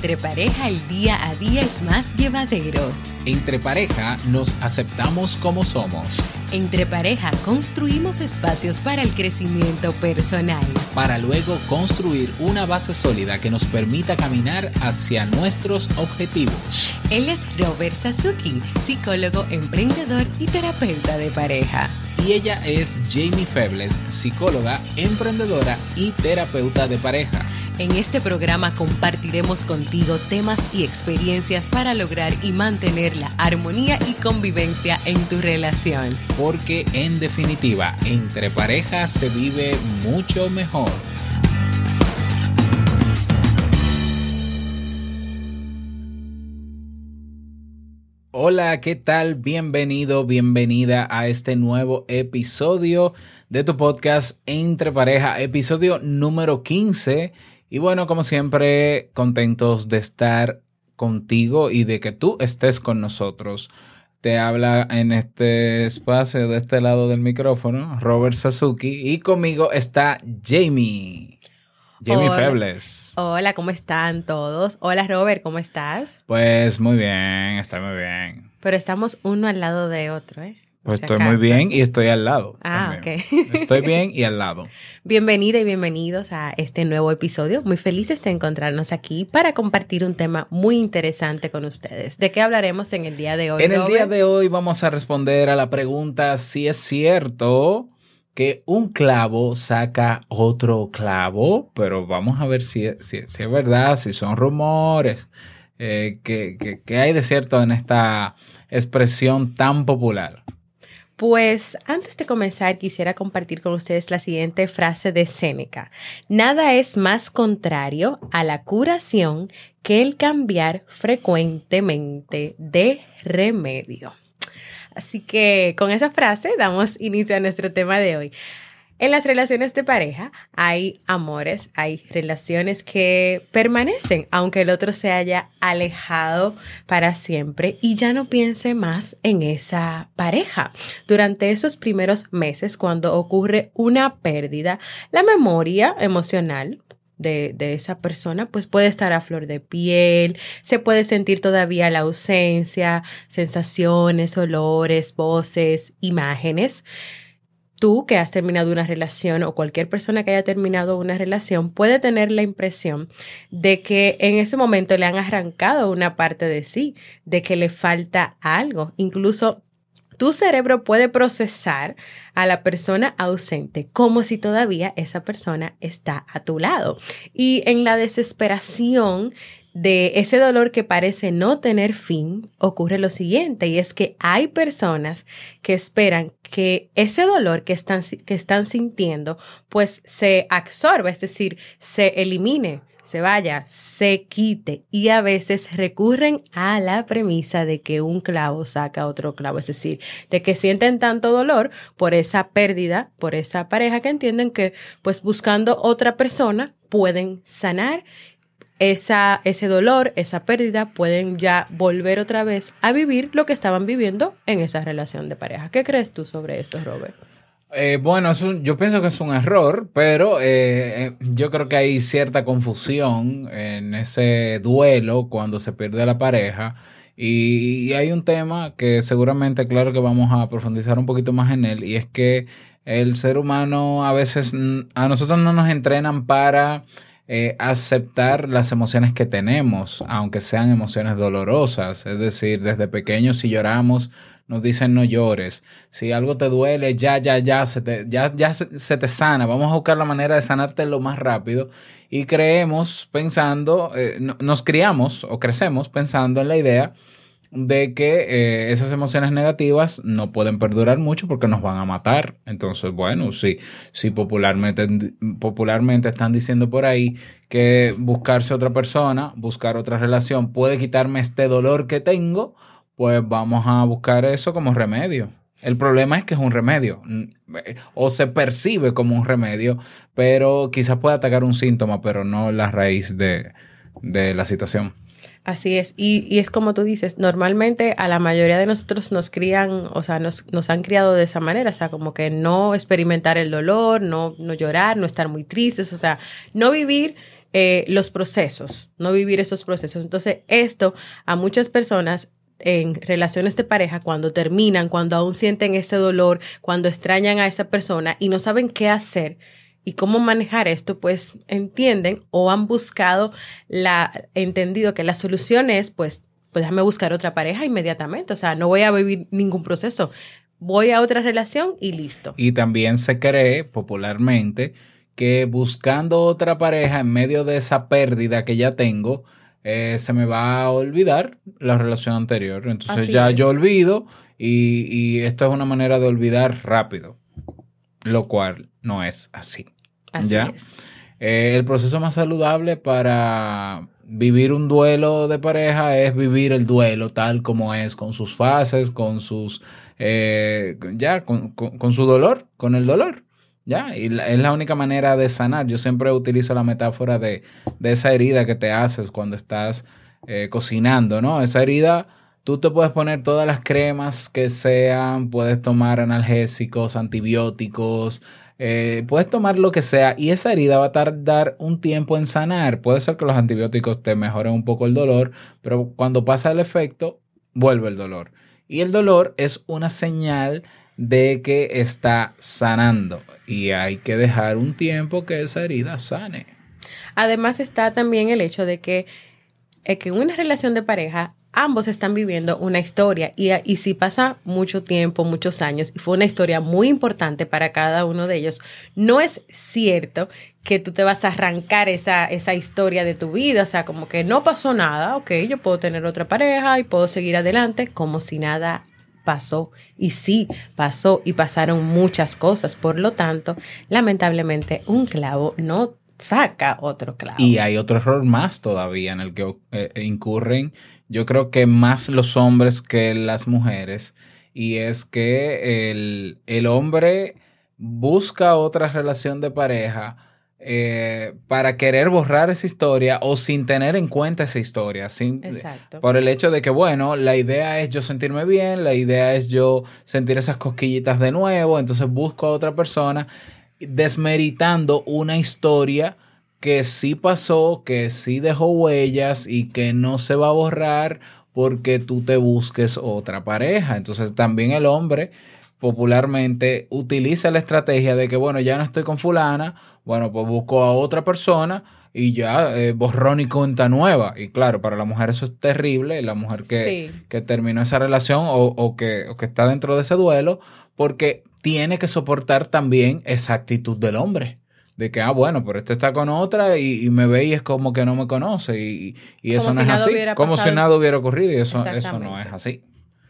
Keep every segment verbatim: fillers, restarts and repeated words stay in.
Entre pareja el día a día es más llevadero. Entre pareja nos aceptamos como somos. Entre pareja construimos espacios para el crecimiento personal. Para luego construir una base sólida que nos permita caminar hacia nuestros objetivos. Él es Robert Sasuki, psicólogo, emprendedor y terapeuta de pareja. Y ella es Jamie Febles, psicóloga, emprendedora y terapeuta de pareja. En este programa compartiremos contigo temas y experiencias para lograr y mantener la armonía y convivencia en tu relación. Porque en definitiva, entre parejas se vive mucho mejor. Hola, ¿qué tal? Bienvenido, bienvenida a este nuevo episodio de tu podcast Entre Pareja, episodio número quince. Y bueno, como siempre, contentos de estar contigo y de que tú estés con nosotros. Te habla en este espacio, de este lado del micrófono, Robert Sasuki, y conmigo está Jamie. Jamie Hola. Febles. Hola, ¿cómo están todos? Hola, Robert, ¿cómo estás? Pues muy bien, estoy muy bien. Pero estamos uno al lado de otro, ¿eh? Pues Si estoy acaso. muy bien y estoy al lado. Ah, también. ok. Estoy bien y al lado. Bienvenida y bienvenidos a este nuevo episodio. Muy felices de encontrarnos aquí para compartir un tema muy interesante con ustedes. ¿De qué hablaremos en el día de hoy, En el Robert? día de hoy vamos a responder a la pregunta si es cierto que un clavo saca otro clavo, pero vamos a ver si, si, si es verdad, si son rumores, eh, que, que, que hay de cierto en esta expresión tan popular. Pues antes de comenzar quisiera compartir con ustedes la siguiente frase de Séneca. Nada es más contrario a la curación que el cambiar frecuentemente de remedio. Así que con esa frase damos inicio a nuestro tema de hoy. En las relaciones de pareja hay amores, hay relaciones que permanecen, aunque el otro se haya alejado para siempre y ya no piense más en esa pareja. Durante esos primeros meses, cuando ocurre una pérdida, la memoria emocional De, de esa persona, pues puede estar a flor de piel, se puede sentir todavía la ausencia, sensaciones, olores, voces, imágenes. Tú que has terminado una relación o cualquier persona que haya terminado una relación puede tener la impresión de que en ese momento le han arrancado una parte de sí, de que le falta algo, incluso tu cerebro puede procesar a la persona ausente como si todavía esa persona está a tu lado. Y en la desesperación de ese dolor que parece no tener fin, ocurre lo siguiente, y es que hay personas que esperan que ese dolor que están, que están sintiendo pues se absorba, es decir, se elimine, se vaya, se quite, y a veces recurren a la premisa de que un clavo saca otro clavo, es decir, de que sienten tanto dolor por esa pérdida, por esa pareja, que entienden que pues buscando otra persona pueden sanar esa, ese dolor, esa pérdida, pueden ya volver otra vez a vivir lo que estaban viviendo en esa relación de pareja. ¿Qué crees tú sobre esto, Robert? Eh, bueno, es un, yo pienso que es un error, pero eh, eh, yo creo que hay cierta confusión en ese duelo cuando se pierde la pareja. Y, y hay un tema que seguramente, claro que vamos a profundizar un poquito más en él, y es que el ser humano a veces, a nosotros no nos entrenan para eh, aceptar las emociones que tenemos, aunque sean emociones dolorosas. Es decir, desde pequeños si lloramos, nos dicen no llores. Si algo te duele, ya, ya, ya, se te, ya, ya se, se te sana. Vamos a buscar la manera de sanarte lo más rápido. Y creemos pensando, eh, no, nos criamos o crecemos pensando en la idea de que eh, esas emociones negativas no pueden perdurar mucho porque nos van a matar. Entonces, bueno, sí, sí popularmente, popularmente están diciendo por ahí que buscarse otra persona, buscar otra relación puede quitarme este dolor que tengo, pues vamos a buscar eso como remedio. El problema es que es un remedio, o se percibe como un remedio, pero quizás puede atacar un síntoma, pero no la raíz de, de la situación. Así es, y, y es como tú dices, normalmente a la mayoría de nosotros nos crían, o sea, nos, nos han criado de esa manera, o sea, como que no experimentar el dolor, no, no llorar, no estar muy tristes, o sea, no vivir eh, los procesos, no vivir esos procesos. Entonces, esto a muchas personas en relaciones de pareja, cuando terminan, cuando aún sienten ese dolor, cuando extrañan a esa persona y no saben qué hacer y cómo manejar esto, pues entienden o han buscado, la entendido que la solución es, pues, pues déjame buscar otra pareja inmediatamente. O sea, no voy a vivir ningún proceso. Voy a otra relación y listo. Y también se cree popularmente que buscando otra pareja en medio de esa pérdida que ya tengo, eh, se me va a olvidar la relación anterior. Entonces Así ya es. yo olvido y, y esto es una manera de olvidar rápido, lo cual no es así. Así ¿Ya? es. Eh, el proceso más saludable para vivir un duelo de pareja es vivir el duelo tal como es, con sus fases, con sus, eh, ya, con, con, con su dolor, con el dolor. Ya, y la, es la única manera de sanar. Yo siempre utilizo la metáfora de, de esa herida que te haces cuando estás eh, cocinando, ¿no? Esa herida, tú te puedes poner todas las cremas que sean, puedes tomar analgésicos, antibióticos, eh, puedes tomar lo que sea y esa herida va a tardar un tiempo en sanar. Puede ser que los antibióticos te mejoren un poco el dolor, pero cuando pasa el efecto, vuelve el dolor. Y el dolor es una señal de que está sanando y hay que dejar un tiempo que esa herida sane. Además está también el hecho de que, eh, que en una relación de pareja ambos están viviendo una historia y, y si pasa mucho tiempo, muchos años y fue una historia muy importante para cada uno de ellos, no es cierto que tú te vas a arrancar esa, esa historia de tu vida, o sea, como que no pasó nada, ok, yo puedo tener otra pareja y puedo seguir adelante como si nada pasó. Y sí, pasó y pasaron muchas cosas. Por lo tanto, lamentablemente, un clavo no saca otro clavo. Y hay otro error más todavía en el que eh, incurren, yo creo que más los hombres que las mujeres, y es que el, el hombre busca otra relación de pareja Eh, para querer borrar esa historia o sin tener en cuenta esa historia. Sin, Exacto. Por el hecho de que, bueno, la idea es yo sentirme bien, la idea es yo sentir esas cosquillitas de nuevo, entonces busco a otra persona desmeritando una historia que sí pasó, que sí dejó huellas y que no se va a borrar porque tú te busques otra pareja. Entonces también el hombre popularmente utiliza la estrategia de que, bueno, ya no estoy con fulana, bueno, pues busco a otra persona y ya eh, borrón y cuenta nueva. Y claro, para la mujer eso es terrible, la mujer que, Sí. que terminó esa relación o, o, que, o que está dentro de ese duelo, porque tiene que soportar también esa actitud del hombre. De que, ah, bueno, pero este está con otra y, y me ve y es como que no me conoce y, y eso Como no si es nada así. hubiera Como pasado. si nada hubiera ocurrido y eso, eso no Exactamente. es así.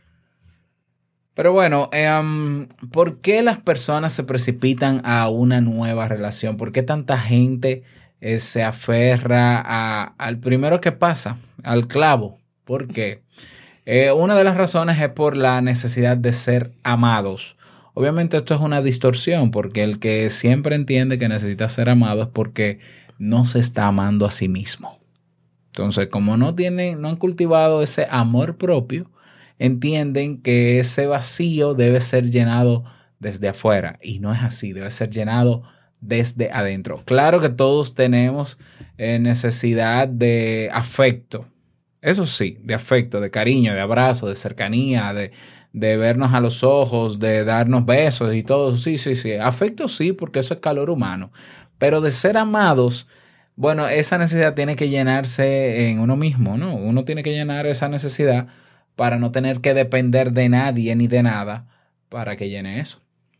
Pero bueno, eh, um, ¿por qué las personas se precipitan a una nueva relación? ¿Por qué tanta gente eh, se aferra a, al primero que pasa, al clavo? ¿Por qué? Eh, una de las razones es por la necesidad de ser amados. Obviamente esto es una distorsión, porque el que siempre entiende que necesita ser amado es porque no se está amando a sí mismo. Entonces, como no tienen, no han cultivado ese amor propio, entienden que ese vacío debe ser llenado desde afuera y no es así, debe ser llenado desde adentro. Claro que todos tenemos eh, necesidad de afecto, eso sí, de afecto, de cariño, de abrazo, de cercanía, de, de vernos a los ojos, de darnos besos y todo, sí, sí, sí, afecto sí, porque eso es calor humano, pero de ser amados, bueno, esa necesidad tiene que llenarse en uno mismo, ¿no? Uno tiene que llenar esa necesidad para no tener que depender de nadie ni de nada para que llene eso.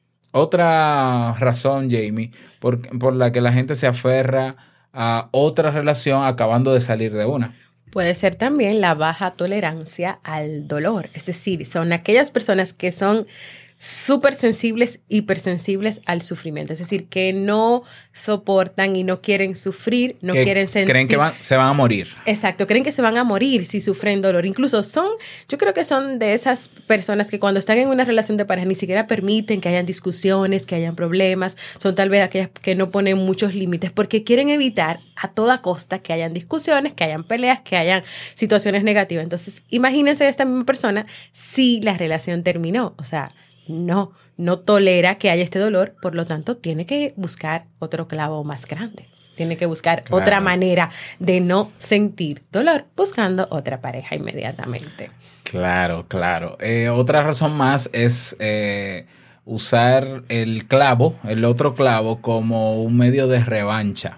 Otra razón, Jamie, por, por la que la gente se aferra a otra relación acabando de salir de una. Puede ser también la baja tolerancia al dolor. Es decir, son aquellas personas que son súper sensibles, hipersensibles al sufrimiento. Es decir, que no soportan y no quieren sufrir, no que quieren sentir. Creen que van, se van a morir. Exacto, creen que se van a morir si sufren dolor. Incluso son, yo creo que son de esas personas que cuando están en una relación de pareja ni siquiera permiten que hayan discusiones, que hayan problemas. Son tal vez aquellas que no ponen muchos límites porque quieren evitar a toda costa que hayan discusiones, que hayan peleas, que hayan situaciones negativas. Entonces, imagínense esta misma persona si la relación terminó. O sea, no, no tolera que haya este dolor, por lo tanto, tiene que buscar otro clavo más grande. tiene que buscar Claro. otra manera de no sentir dolor, buscando otra pareja inmediatamente. Claro, claro. Eh, otra razón más es eh, usar el clavo, el otro clavo, como un medio de revancha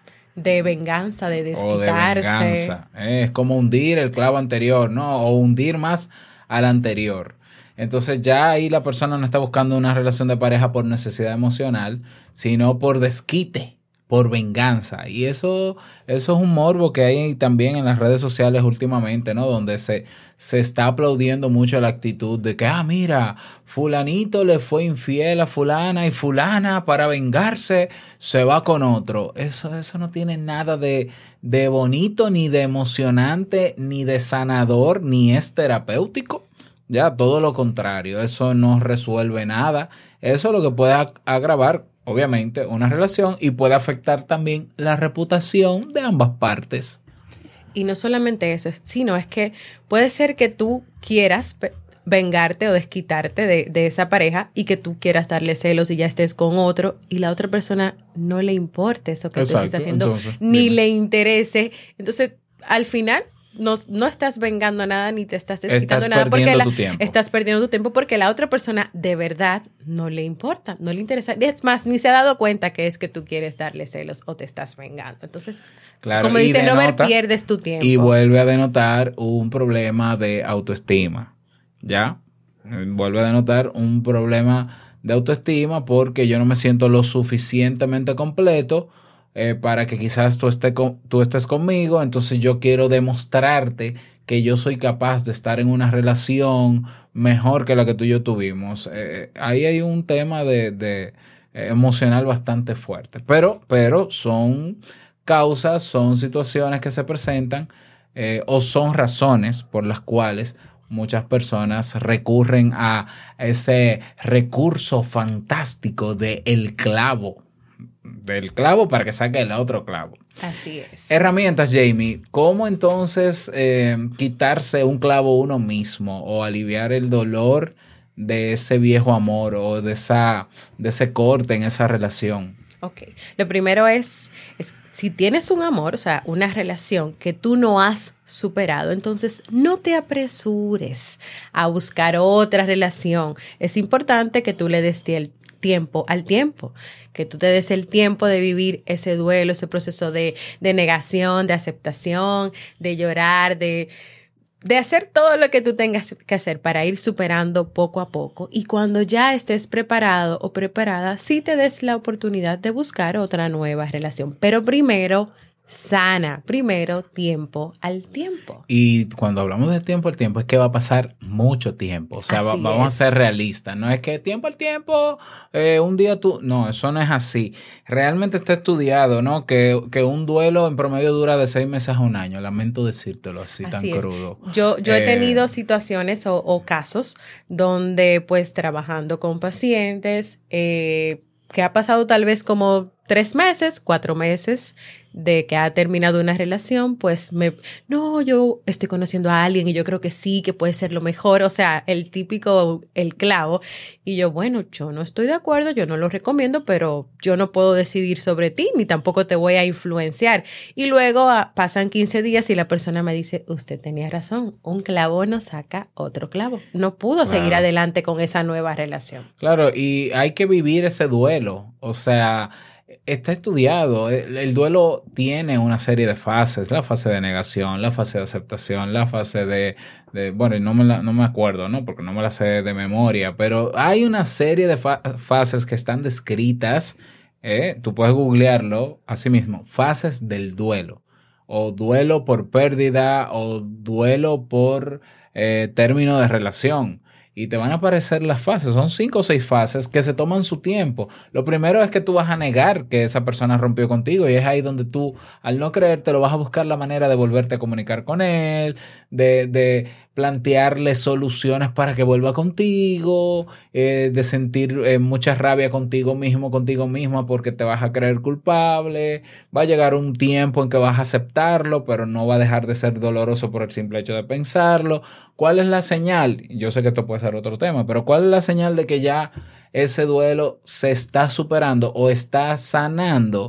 De venganza, de o de desquitarse. venganza. Eh, es como hundir el clavo anterior, ¿no? O hundir más al anterior. Entonces ya ahí la persona no está buscando una relación de pareja por necesidad emocional, sino por desquite, por venganza. Y eso, eso es un morbo que hay también en las redes sociales últimamente, ¿no? Donde se, se está aplaudiendo mucho la actitud de que, ah, mira, fulanito le fue infiel a fulana y fulana para vengarse se va con otro. Eso, eso no tiene nada de, de bonito, ni de emocionante, ni de sanador, ni es terapéutico. Ya, todo lo contrario, eso no resuelve nada. Eso es lo que puede ag- agravar, obviamente, una relación y puede afectar también la reputación de ambas partes. Y no solamente eso, sino es que puede ser que tú quieras pe- vengarte o desquitarte de, de esa pareja y que tú quieras darle celos y ya estés con otro y la otra persona no le importe eso que tú Exacto, estás haciendo, entonces, ni dime. le interese. Entonces, al final, no, no estás vengando nada ni te estás desquitando Estás nada porque perdiendo la, tu tiempo. estás perdiendo tu tiempo porque la otra persona de verdad no le importa, no le interesa. Es más, ni se ha dado cuenta que es que tú quieres darle celos o te estás vengando. Entonces, Claro, como y dice Robert, denota- pierdes tu tiempo. Y vuelve a denotar un problema de autoestima, ¿ya? Eh, Vuelve a denotar un problema de autoestima porque yo no me siento lo suficientemente completo eh, para que quizás tú, esté con- tú estés conmigo, entonces yo quiero demostrarte que yo soy capaz de estar en una relación mejor que la que tú y yo tuvimos. Eh, ahí hay un tema de, de, eh, emocional bastante fuerte, pero, pero son causas, son situaciones que se presentan eh, o son razones por las cuales muchas personas recurren a ese recurso fantástico de el clavo, del clavo para que saque el otro clavo. Así es. Herramientas, Jamie. ¿Cómo entonces eh, quitarse un clavo uno mismo o aliviar el dolor de ese viejo amor o de, esa, de ese corte en esa relación? Ok. Lo primero es, es, si tienes un amor, o sea, una relación que tú no has superado, entonces no te apresures a buscar otra relación. Es importante que tú le des el tiempo al tiempo, que tú te des el tiempo de vivir ese duelo, ese proceso de, de negación, de aceptación, de llorar, de... de hacer todo lo que tú tengas que hacer para ir superando poco a poco y cuando ya estés preparado o preparada, sí te des la oportunidad de buscar otra nueva relación. Pero primero, sana, primero tiempo al tiempo. Y cuando hablamos de tiempo al tiempo, es que va a pasar mucho tiempo. O sea, va- Así vamos es. a ser realistas. No es que tiempo al tiempo, eh, un día tú... No, eso no es así. Realmente está estudiado, ¿no? Que, que un duelo en promedio dura de seis meses a un año. Lamento decírtelo así, tan Así es. crudo. Yo, yo he Eh, tenido situaciones o, o casos donde pues trabajando con pacientes eh, que ha pasado tal vez como tres meses, cuatro meses de que ha terminado una relación, pues me, no, yo estoy conociendo a alguien y yo creo que sí, que puede ser lo mejor, o sea, el típico, el clavo. Y yo, bueno, yo no estoy de acuerdo, yo no lo recomiendo, pero yo no puedo decidir sobre ti, ni tampoco te voy a influenciar. Y luego ah, pasan quince días y la persona me dice, usted tenía razón, un clavo no saca otro clavo. No pudo Claro. seguir adelante con esa nueva relación. Claro, y hay que vivir ese duelo. O sea, está estudiado. El, el duelo tiene una serie de fases. La fase de negación, la fase de aceptación, la fase de... de bueno, y no me, la- no me acuerdo, ¿no? Porque no me la sé de memoria. Pero hay una serie de fa- fases que están descritas. ¿eh? Tú puedes googlearlo así mismo. Fases del duelo. O duelo por pérdida o duelo por eh, término de relación. Y te van a aparecer las fases. Son cinco o seis fases que se toman su tiempo. Lo primero es que tú vas a negar que esa persona rompió contigo y es ahí donde tú, al no creértelo, vas a buscar la manera de volverte a comunicar con él, de, de plantearle soluciones para que vuelva contigo, eh, de sentir eh, mucha rabia contigo mismo, contigo misma porque te vas a creer culpable. Va a llegar un tiempo en que vas a aceptarlo, pero no va a dejar de ser doloroso por el simple hecho de pensarlo. ¿Cuál es la señal? Yo sé que esto puede ser otro tema, pero ¿cuál es la señal de que ya ese duelo se está superando o está sanando?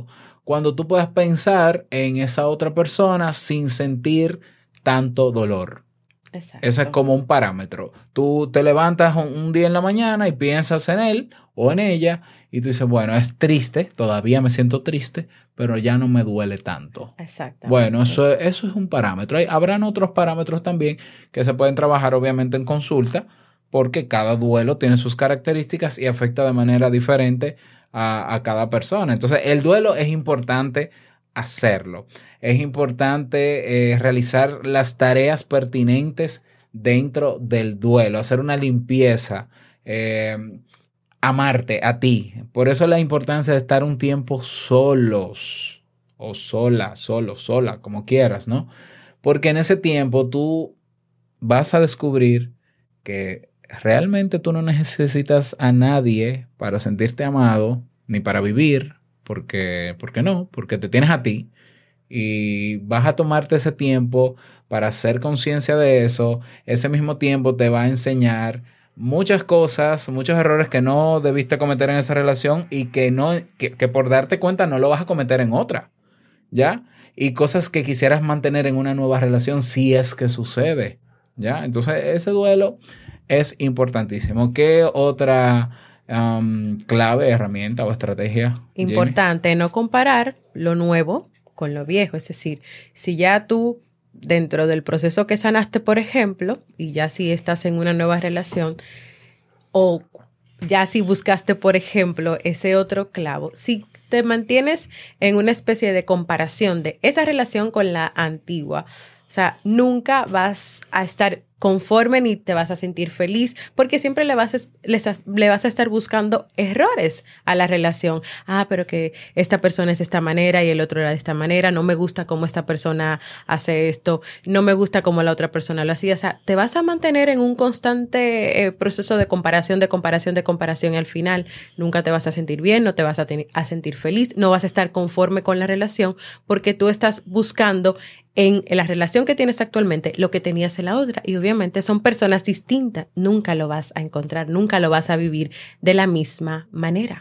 cuando tú puedas pensar en esa otra persona sin sentir tanto dolor. Exacto. Ese es como un parámetro. Tú te levantas un, un día en la mañana y piensas en él o en ella y tú dices, bueno, es triste, todavía me siento triste, pero ya no me duele tanto. Exacto. Bueno, eso, eso es un parámetro. Hay, habrán otros parámetros también que se pueden trabajar obviamente en consulta, porque cada duelo tiene sus características y afecta de manera diferente a, a cada persona. Entonces, el duelo es importante hacerlo. Es importante eh, realizar las tareas pertinentes dentro del duelo, hacer una limpieza, eh, amarte a ti. Por eso la importancia de estar un tiempo solos o sola, solo, sola, como quieras, ¿no? Porque en ese tiempo tú vas a descubrir que realmente tú no necesitas a nadie para sentirte amado ni para vivir, porque, porque no, porque te tienes a ti y vas a tomarte ese tiempo para hacer conciencia de eso. Ese mismo tiempo te va a enseñar muchas cosas, muchos errores que no debiste cometer en esa relación y que, no, que, que por darte cuenta no lo vas a cometer en otra, ¿ya? Y cosas que quisieras mantener en una nueva relación si es que sucede, ¿ya? Entonces ese duelo es importantísimo. ¿Qué otra um, clave, herramienta o estrategia? Importante no comparar lo nuevo con lo viejo. Es decir, si ya tú dentro del proceso que sanaste, por ejemplo, y ya si estás en una nueva relación, o ya si buscaste, por ejemplo, ese otro clavo, si te mantienes en una especie de comparación de esa relación con la antigua, o sea, nunca vas a estar conforme ni te vas a sentir feliz porque siempre le vas, a, les, le vas a estar buscando errores a la relación. Ah, pero que esta persona es de esta manera y el otro era de esta manera. No me gusta cómo esta persona hace esto. No me gusta cómo la otra persona lo hacía. O sea, te vas a mantener en un constante eh, proceso de comparación, de comparación, de comparación y al final nunca te vas a sentir bien, no te vas a, a sentir feliz, no vas a estar conforme con la relación porque tú estás buscando en la relación que tienes actualmente lo que tenías en la otra y obviamente son personas distintas, nunca lo vas a encontrar, nunca lo vas a vivir de la misma manera.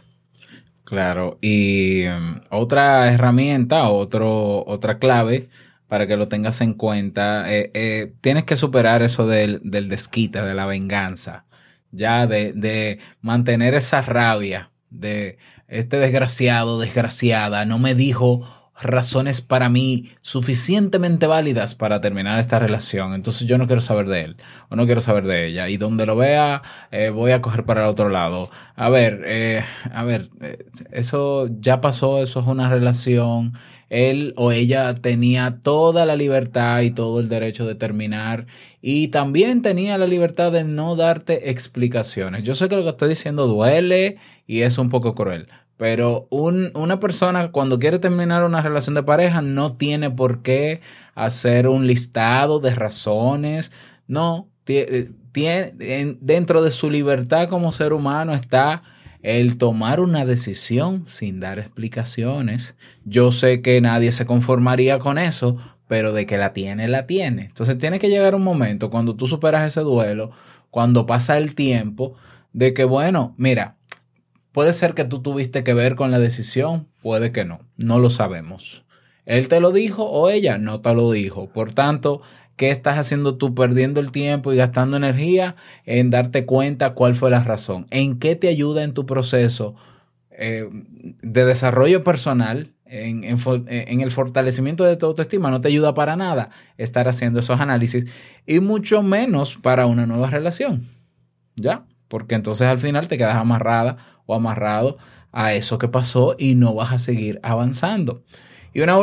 Claro, y um, otra herramienta, otro, otra clave para que lo tengas en cuenta, eh, eh, tienes que superar eso del, del desquite, de la venganza, ya de, de mantener esa rabia de este desgraciado, desgraciada, no me dijo razones para mí suficientemente válidas para terminar esta relación. Entonces yo no quiero saber de él o no quiero saber de ella. Y donde lo vea, eh, voy a coger para el otro lado. A ver, eh, a ver, eh, eso ya pasó, eso es una relación. Él o ella tenía toda la libertad y todo el derecho de terminar y también tenía la libertad de no darte explicaciones. Yo sé que lo que estoy diciendo duele y es un poco cruel, pero un, una persona cuando quiere terminar una relación de pareja no tiene por qué hacer un listado de razones. No, tiene, tiene, dentro de su libertad como ser humano está el tomar una decisión sin dar explicaciones. Yo sé que nadie se conformaría con eso, pero de que la tiene, la tiene. Entonces tiene que llegar un momento cuando tú superas ese duelo, cuando pasa el tiempo, de que bueno, mira, puede ser que tú tuviste que ver con la decisión, puede que no, no lo sabemos. Él te lo dijo o ella no te lo dijo. Por tanto, ¿qué estás haciendo tú perdiendo el tiempo y gastando energía en darte cuenta cuál fue la razón? ¿En qué te ayuda en tu proceso eh, de desarrollo personal, en, en, en el fortalecimiento de tu autoestima? No te ayuda para nada estar haciendo esos análisis y mucho menos para una nueva relación, ¿ya? Porque entonces al final te quedas amarrada o amarrado a eso que pasó y no vas a seguir avanzando. Y una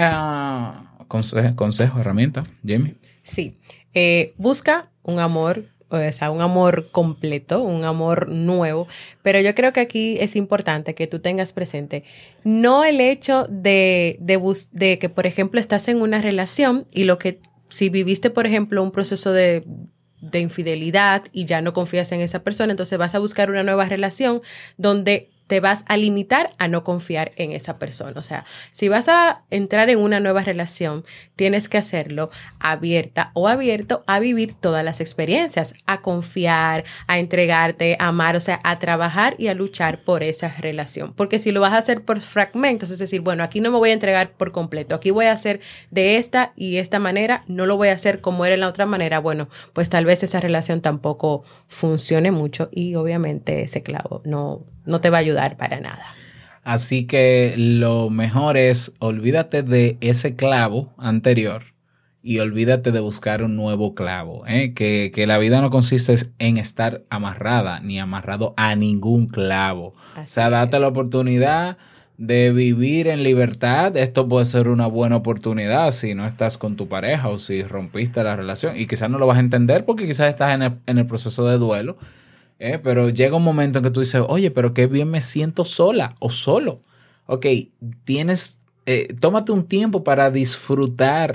última uh, conse- consejo, herramienta, Jamie. Sí, eh, busca un amor, o sea, un amor completo, un amor nuevo, pero yo creo que aquí es importante que tú tengas presente no el hecho de, de, bus- de que, por ejemplo, estás en una relación y lo que, si viviste, por ejemplo, un proceso de de infidelidad y ya no confías en esa persona, entonces vas a buscar una nueva relación donde te vas a limitar a no confiar en esa persona. O sea, si vas a entrar en una nueva relación, tienes que hacerlo abierta o abierto a vivir todas las experiencias, a confiar, a entregarte, a amar, o sea, a trabajar y a luchar por esa relación. Porque si lo vas a hacer por fragmentos, es decir, bueno, aquí no me voy a entregar por completo, aquí voy a hacer de esta y esta manera, no lo voy a hacer como era en la otra manera, bueno, pues tal vez esa relación tampoco funcione mucho y obviamente ese clavo no, no te va a ayudar para nada. Así que lo mejor es olvídate de ese clavo anterior y olvídate de buscar un nuevo clavo, ¿eh? que, que la vida no consiste en estar amarrada ni amarrado a ningún clavo. Así o sea, date es. la oportunidad de vivir en libertad. Esto puede ser una buena oportunidad si no estás con tu pareja o si rompiste la relación y quizás no lo vas a entender porque quizás estás en el, en el proceso de duelo. Eh, pero llega un momento en que tú dices, oye, pero qué bien me siento sola o solo. Ok, tienes, eh, tómate un tiempo para disfrutar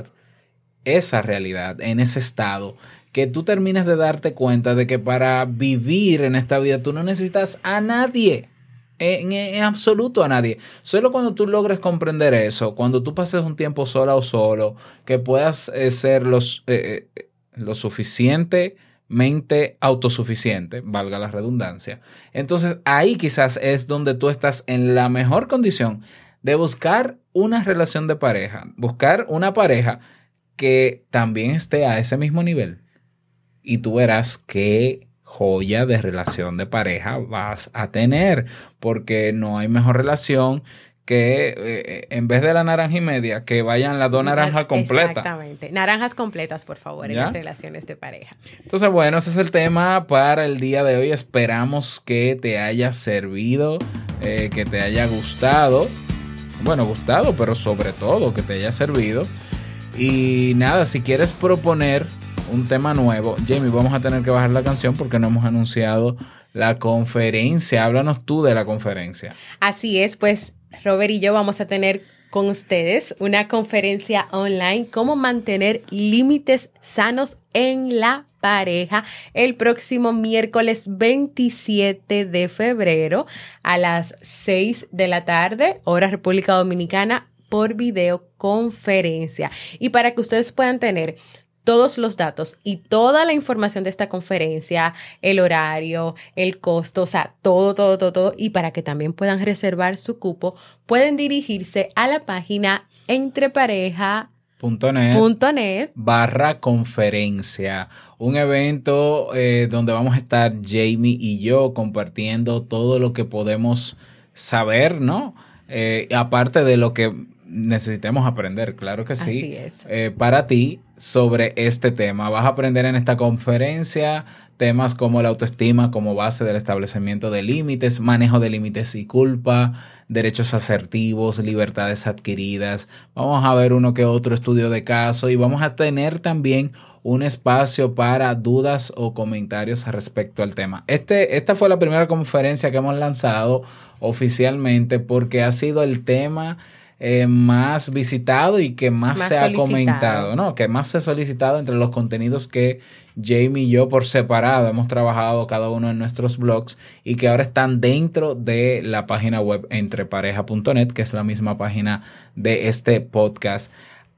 esa realidad, en ese estado, que tú termines de darte cuenta de que para vivir en esta vida tú no necesitas a nadie, en, en absoluto a nadie. Solo cuando tú logres comprender eso, cuando tú pases un tiempo sola o solo, que puedas eh, ser los, eh, eh, lo suficiente mente autosuficiente, valga la redundancia. Entonces ahí quizás es donde tú estás en la mejor condición de buscar una relación de pareja, buscar una pareja que también esté a ese mismo nivel. Y tú verás qué joya de relación de pareja vas a tener, porque no hay mejor relación que eh, en vez de la naranja y media, que vayan las dos naranjas completas. Exactamente. Naranjas completas, por favor, ¿ya? En las relaciones de pareja. Entonces, bueno, ese es el tema para el día de hoy. Esperamos que te haya servido, eh, que te haya gustado. Bueno, gustado, pero sobre todo que te haya servido. Y nada, si quieres proponer un tema nuevo, Jamie, vamos a tener que bajar la canción porque no hemos anunciado la conferencia. Háblanos tú de la conferencia. Así es, pues Robert y yo vamos a tener con ustedes una conferencia online, cómo mantener límites sanos en la pareja, el próximo miércoles veintisiete de febrero a las seis de la tarde, hora República Dominicana, por videoconferencia. Y para que ustedes puedan tener todos los datos y toda la información de esta conferencia, el horario, el costo, o sea, todo, todo, todo, todo. Y para que también puedan reservar su cupo, pueden dirigirse a la página entrepareja punto net barra conferencia. Un evento eh, donde vamos a estar Jamie y yo compartiendo todo lo que podemos saber, ¿no? Eh, aparte de lo que necesitemos aprender, claro que sí. Así es. Eh, para ti sobre este tema. Vas a aprender en esta conferencia temas como la autoestima como base del establecimiento de límites, manejo de límites y culpa, derechos asertivos, libertades adquiridas. Vamos a ver uno que otro estudio de caso y vamos a tener también un espacio para dudas o comentarios respecto al tema. Este, esta fue la primera conferencia que hemos lanzado oficialmente porque ha sido el tema Eh, más visitado y que más, más se ha comentado, ¿no? Que más se ha solicitado entre los contenidos que Jamie y yo por separado hemos trabajado cada uno en nuestros blogs y que ahora están dentro de la página web entrepareja punto net, que es la misma página de este podcast.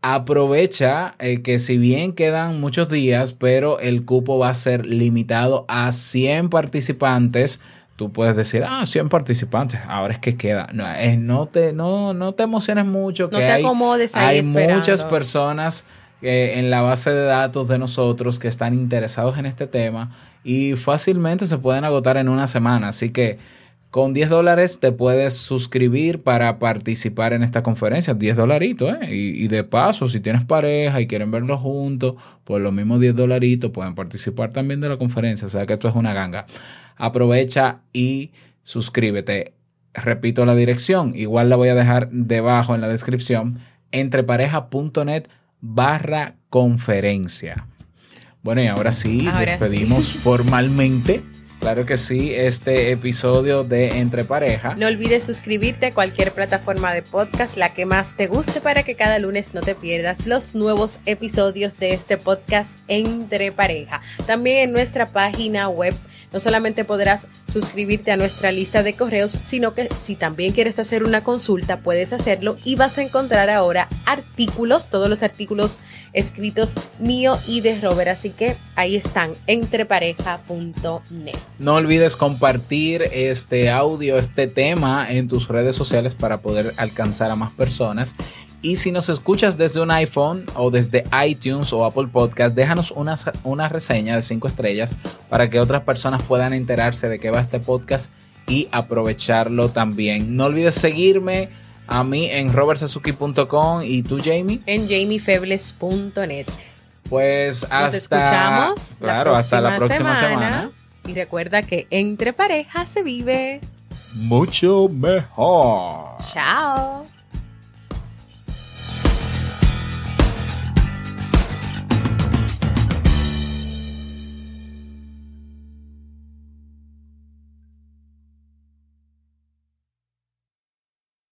Aprovecha eh, que si bien quedan muchos días, pero el cupo va a ser limitado a cien participantes. Tú puedes decir, ah, cien participantes, ahora es que queda. No, es, no, te, no, no te emociones mucho. No que te hay, acomodes ahí Hay esperando. Muchas personas eh, en la base de datos de nosotros que están interesados en este tema y fácilmente se pueden agotar en una semana. Así que con diez dólares te puedes suscribir para participar en esta conferencia. diez dolaritos, ¿eh? Y, y de paso, si tienes pareja y quieren verlo juntos, pues los mismos diez dolaritos pueden participar también de la conferencia. O sea que esto es una ganga. Aprovecha y suscríbete. Repito la dirección, igual la voy a dejar debajo en la descripción, entrepareja punto net barra conferencia. Bueno, y ahora sí, ahora despedimos sí. formalmente, claro que sí, este episodio de Entre Pareja. No olvides suscribirte a cualquier plataforma de podcast, la que más te guste, para que cada lunes no te pierdas los nuevos episodios de este podcast Entre Pareja. También en nuestra página web No solamente podrás suscribirte a nuestra lista de correos, sino que si también quieres hacer una consulta, puedes hacerlo y vas a encontrar ahora artículos, todos los artículos escritos mío y de Robert, así que ahí están, entrepareja punto net. No olvides compartir este audio, este tema en tus redes sociales para poder alcanzar a más personas. Y si nos escuchas desde un iPhone o desde iTunes o Apple Podcast, déjanos una, una reseña de cinco estrellas para que otras personas puedan enterarse de qué va este podcast y aprovecharlo también. No olvides seguirme a mí en robert sasuki punto com y tú, Jamie, en jamie febles punto net. Pues hasta, nos escuchamos claro, la hasta la próxima semana. semana. Y recuerda que entre parejas se vive mucho mejor. Chao.